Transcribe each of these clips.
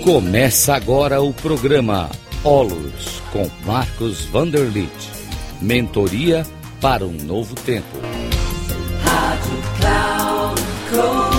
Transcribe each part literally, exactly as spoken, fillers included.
Começa agora o programa Olus com Marcos Vanderlit. Mentoria para um novo tempo. Rádio Cloud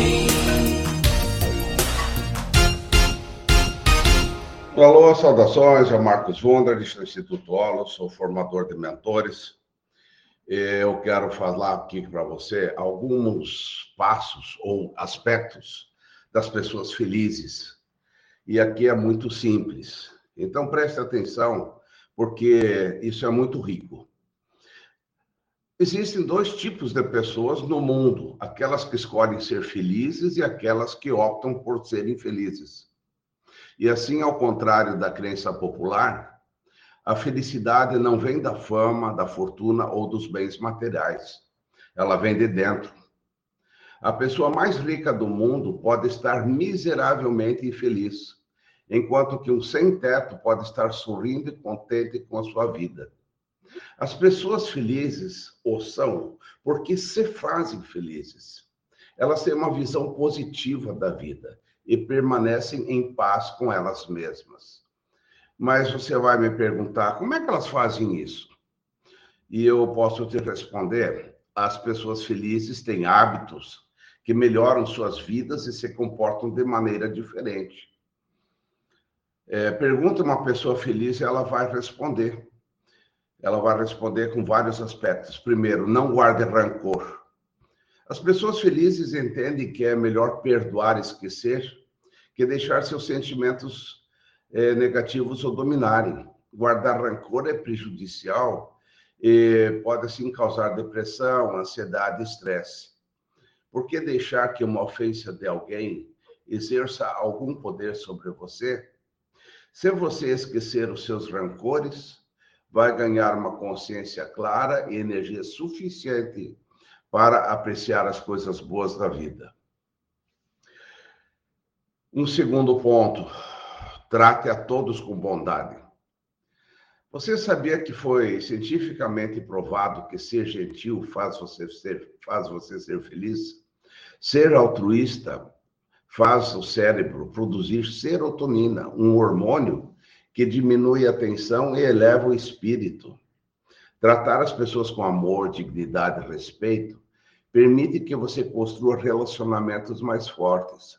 Coaching. Alô, saudações, é Marcos Vanderlit, do Instituto Olus, sou formador de mentores. Eu quero falar aqui para você alguns passos ou aspectos das pessoas felizes. E aqui é muito simples. Então, preste atenção, porque isso é muito rico. Existem dois tipos de pessoas no mundo: aquelas que escolhem ser felizes e aquelas que optam por serem felizes. E assim, ao contrário da crença popular, a felicidade não vem da fama, da fortuna ou dos bens materiais. Ela vem de dentro. A pessoa mais rica do mundo pode estar miseravelmente infeliz, enquanto que um sem-teto pode estar sorrindo e contente com a sua vida. As pessoas felizes o são porque se fazem felizes. Elas têm uma visão positiva da vida e permanecem em paz com elas mesmas. Mas você vai me perguntar, como é que elas fazem isso? E eu posso te responder: as pessoas felizes têm hábitos que melhoram suas vidas e se comportam de maneira diferente. É, pergunta uma pessoa feliz e ela vai responder. Ela vai responder com vários aspectos. Primeiro, não guarde rancor. As pessoas felizes entendem que é melhor perdoar e esquecer que deixar seus sentimentos é, negativos o dominarem. Guardar rancor é prejudicial e pode, assim, causar depressão, ansiedade e estresse. Por que deixar que uma ofensa de alguém exerça algum poder sobre você? Se você esquecer os seus rancores, vai ganhar uma consciência clara e energia suficiente para apreciar as coisas boas da vida. Um segundo ponto: trate a todos com bondade. Você sabia que foi cientificamente provado que ser gentil faz você ser, faz você ser feliz? Ser altruísta faz o cérebro produzir serotonina, um hormônio que diminui a tensão e eleva o espírito. Tratar as pessoas com amor, dignidade e respeito permite que você construa relacionamentos mais fortes.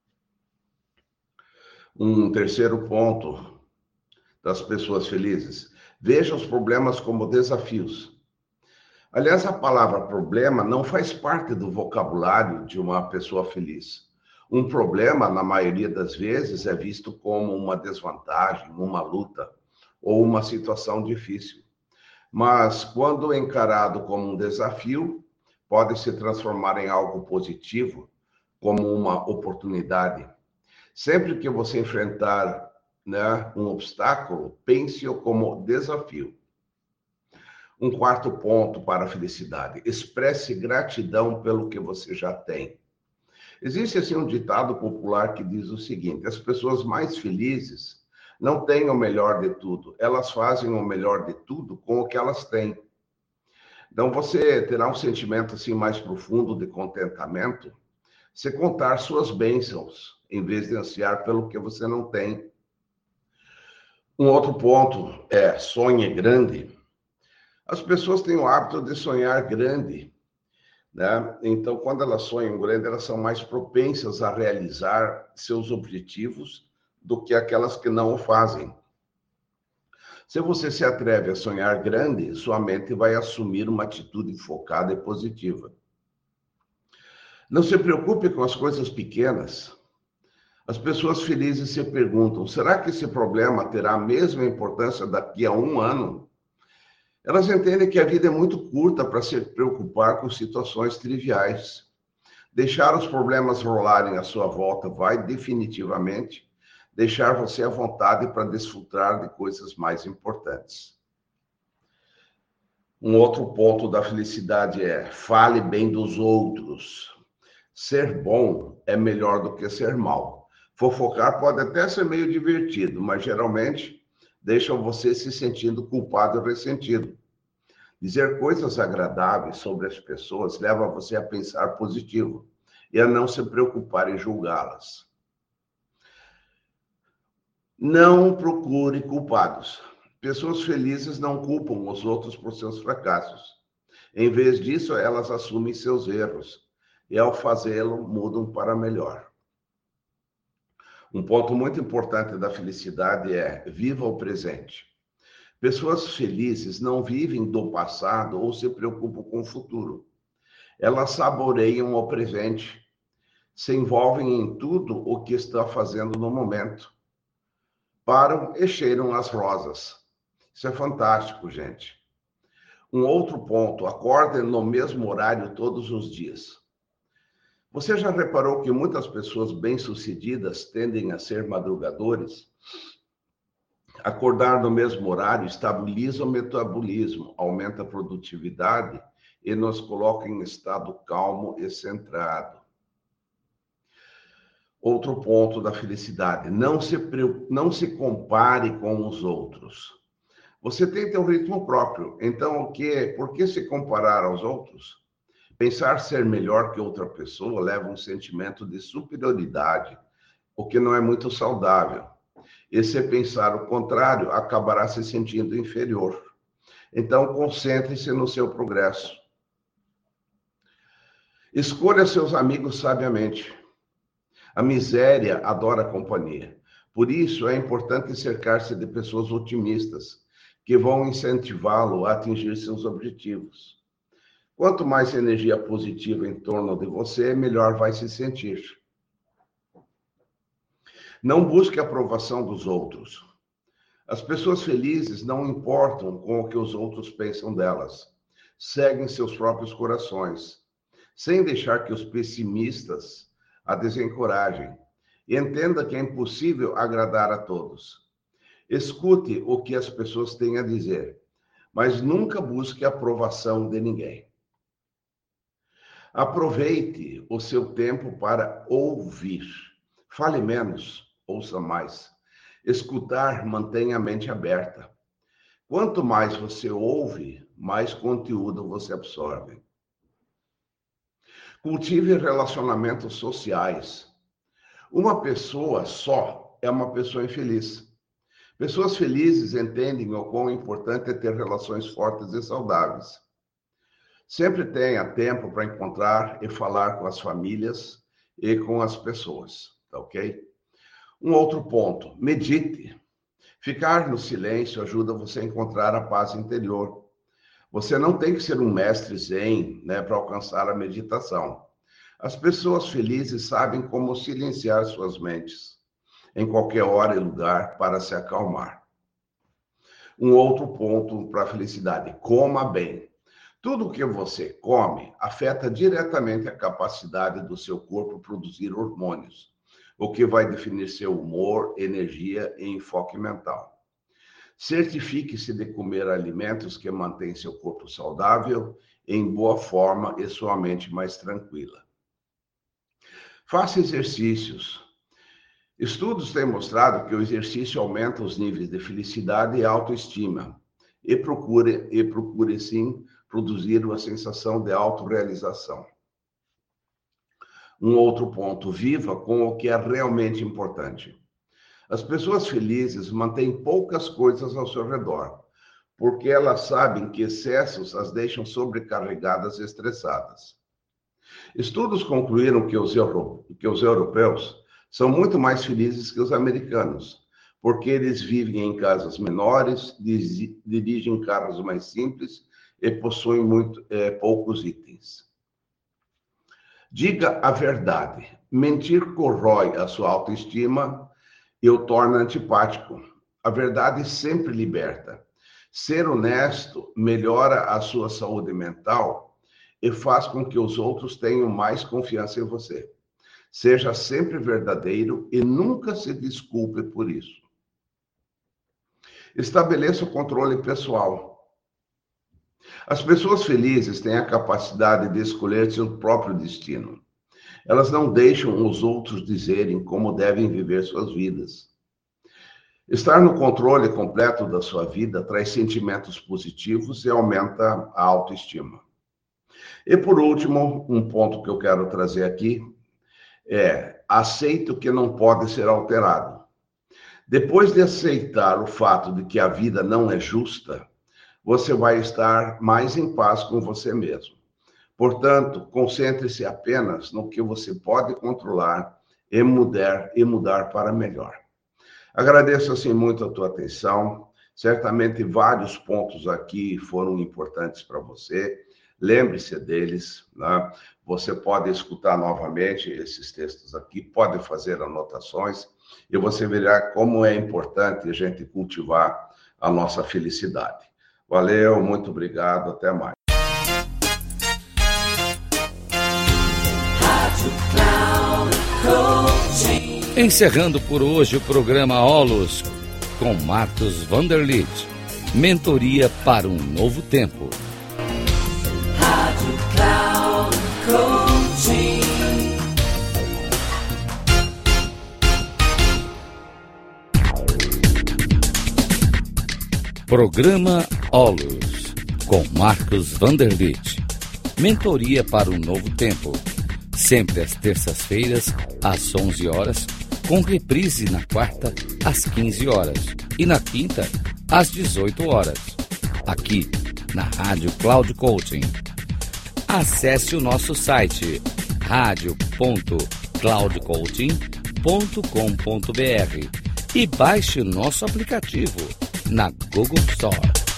Um terceiro ponto das pessoas felizes: veja os problemas como desafios. Aliás, a palavra problema não faz parte do vocabulário de uma pessoa feliz. Um problema, na maioria das vezes, é visto como uma desvantagem, uma luta ou uma situação difícil. Mas, quando encarado como um desafio, pode se transformar em algo positivo, como uma oportunidade. Sempre que você enfrentar, né, um obstáculo, pense-o como desafio. Um quarto ponto para a felicidade: expresse gratidão pelo que você já tem. Existe, assim, um ditado popular que diz o seguinte: as pessoas mais felizes não têm o melhor de tudo, elas fazem o melhor de tudo com o que elas têm. Então, você terá um sentimento, assim, mais profundo de contentamento se contar suas bênçãos, em vez de ansiar pelo que você não tem. Um outro ponto é: sonhe grande. As pessoas têm o hábito de sonhar grande, né? Então, quando elas sonham grande, elas são mais propensas a realizar seus objetivos do que aquelas que não o fazem. Se você se atreve a sonhar grande, sua mente vai assumir uma atitude focada e positiva. Não se preocupe com as coisas pequenas. As pessoas felizes se perguntam: será que esse problema terá a mesma importância daqui a um ano? Elas entendem que a vida é muito curta para se preocupar com situações triviais. Deixar os problemas rolarem à sua volta vai definitivamente deixar você à vontade para desfrutar de coisas mais importantes. Um outro ponto da felicidade é: fale bem dos outros. Ser bom é melhor do que ser mal. Fofocar pode até ser meio divertido, mas geralmente deixam você se sentindo culpado e ressentido. Dizer coisas agradáveis sobre as pessoas leva você a pensar positivo e a não se preocupar em julgá-las. Não procure culpados. Pessoas felizes não culpam os outros por seus fracassos. Em vez disso, elas assumem seus erros e, ao fazê-lo, mudam para melhor. Um ponto muito importante da felicidade é: viva o presente. Pessoas felizes não vivem do passado ou se preocupam com o futuro. Elas saboreiam o presente, se envolvem em tudo o que está fazendo no momento. Param e cheiram as rosas. Isso é fantástico, gente. Um outro ponto: acordem no mesmo horário todos os dias. Você já reparou que muitas pessoas bem-sucedidas tendem a ser madrugadores? Acordar no mesmo horário estabiliza o metabolismo, aumenta a produtividade e nos coloca em estado calmo e centrado. Outro ponto da felicidade: não se, não se compare com os outros. Você tem teu ritmo próprio, então o que, por que se comparar aos outros? Pensar ser melhor que outra pessoa leva um sentimento de superioridade, o que não é muito saudável. E se pensar o contrário, acabará se sentindo inferior. Então, concentre-se no seu progresso. Escolha seus amigos sabiamente. A miséria adora companhia. Por isso, é importante cercar-se de pessoas otimistas, que vão incentivá-lo a atingir seus objetivos. Quanto mais energia positiva em torno de você, melhor vai se sentir. Não busque a aprovação dos outros. As pessoas felizes não importam com o que os outros pensam delas. Seguem seus próprios corações, sem deixar que os pessimistas a desencorajem. E entenda que é impossível agradar a todos. Escute o que as pessoas têm a dizer, mas nunca busque a aprovação de ninguém. Aproveite o seu tempo para ouvir. Fale menos, ouça mais. Escutar, mantenha a mente aberta. Quanto mais você ouve, mais conteúdo você absorve. Cultive relacionamentos sociais. Uma pessoa só é uma pessoa infeliz. Pessoas felizes entendem o quão importante é ter relações fortes e saudáveis. Sempre tenha tempo para encontrar e falar com as famílias e com as pessoas, tá ok? Um outro ponto: medite. Ficar no silêncio ajuda você a encontrar a paz interior. Você não tem que ser um mestre zen, né, para alcançar a meditação. As pessoas felizes sabem como silenciar suas mentes, em qualquer hora e lugar, para se acalmar. Um outro ponto para a felicidade: coma bem. Tudo o que você come afeta diretamente a capacidade do seu corpo produzir hormônios, o que vai definir seu humor, energia e enfoque mental. Certifique-se de comer alimentos que mantêm seu corpo saudável, em boa forma e sua mente mais tranquila. Faça exercícios. Estudos têm mostrado que o exercício aumenta os níveis de felicidade e autoestima. E procure, e procure sim, produzir uma sensação de autorrealização. Um outro ponto: viva com o que é realmente importante. As pessoas felizes mantêm poucas coisas ao seu redor, porque elas sabem que excessos as deixam sobrecarregadas e estressadas. Estudos concluíram que os, euro, que os europeus são muito mais felizes que os americanos, porque eles vivem em casas menores, dirigem carros mais simples e possuem muito, é, poucos itens. Diga a verdade. Mentir corrói a sua autoestima e o torna antipático. A verdade sempre liberta. Ser honesto melhora a sua saúde mental e faz com que os outros tenham mais confiança em você. Seja sempre verdadeiro e nunca se desculpe por isso. Estabeleça o controle pessoal. As pessoas felizes têm a capacidade de escolher seu próprio destino. Elas não deixam os outros dizerem como devem viver suas vidas. Estar no controle completo da sua vida traz sentimentos positivos e aumenta a autoestima. E por último, um ponto que eu quero trazer aqui é: aceite o que não pode ser alterado. Depois de aceitar o fato de que a vida não é justa, você vai estar mais em paz com você mesmo. Portanto, concentre-se apenas no que você pode controlar e mudar, e mudar para melhor. Agradeço assim muito a tua atenção. Certamente vários pontos aqui foram importantes para você. Lembre-se deles, né? Você pode escutar novamente esses textos aqui, pode fazer anotações e você verá como é importante a gente cultivar a nossa felicidade. Valeu, muito obrigado, até mais. Encerrando por hoje o programa Olos com Marcos Vanderlitt, mentoria para um novo tempo. Rádio Cloud Coaching. Programa Olos com Marcos Vanderlitt, mentoria para um novo tempo. Sempre às terças-feiras, às onze horas, com reprise na quarta, às quinze horas, e na quinta, às dezoito horas, aqui na Rádio Cloud Coaching. Acesse o nosso site rádio ponto cloud coaching ponto com ponto br e baixe o nosso aplicativo na Google Store.